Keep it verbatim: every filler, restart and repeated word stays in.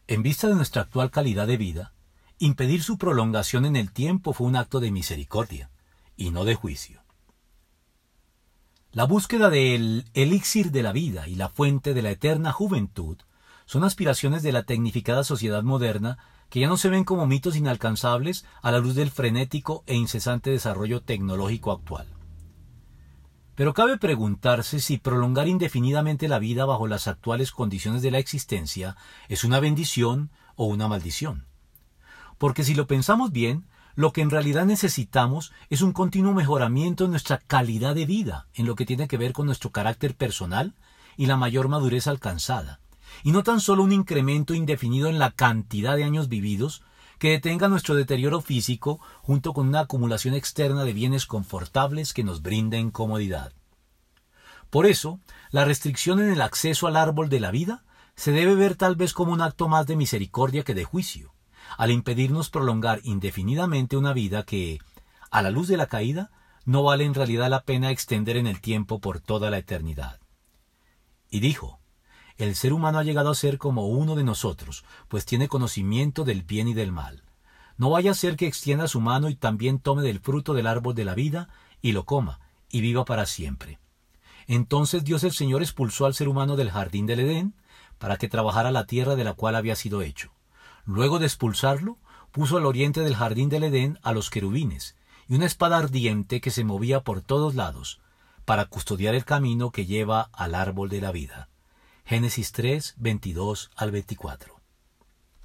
En vista de nuestra actual calidad de vida, impedir su prolongación en el tiempo fue un acto de misericordia, y no de juicio. La búsqueda del elixir de la vida y la fuente de la eterna juventud son aspiraciones de la tecnificada sociedad moderna que ya no se ven como mitos inalcanzables a la luz del frenético e incesante desarrollo tecnológico actual. Pero cabe preguntarse si prolongar indefinidamente la vida bajo las actuales condiciones de la existencia es una bendición o una maldición. Porque si lo pensamos bien, lo que en realidad necesitamos es un continuo mejoramiento en nuestra calidad de vida, en lo que tiene que ver con nuestro carácter personal y la mayor madurez alcanzada, y no tan solo un incremento indefinido en la cantidad de años vividos que detenga nuestro deterioro físico junto con una acumulación externa de bienes confortables que nos brinden comodidad. Por eso, la restricción en el acceso al árbol de la vida se debe ver tal vez como un acto más de misericordia que de juicio, al impedirnos prolongar indefinidamente una vida que, a la luz de la caída, no vale en realidad la pena extender en el tiempo por toda la eternidad. Y dijo: el ser humano ha llegado a ser como uno de nosotros, pues tiene conocimiento del bien y del mal. No vaya a ser que extienda su mano y también tome del fruto del árbol de la vida, y lo coma, y viva para siempre. Entonces Dios el Señor expulsó al ser humano del jardín del Edén, para que trabajara la tierra de la cual había sido hecho. Luego de expulsarlo, puso al oriente del jardín del Edén a los querubines, y una espada ardiente que se movía por todos lados, para custodiar el camino que lleva al árbol de la vida. Génesis tres, veintidós al veinticuatro.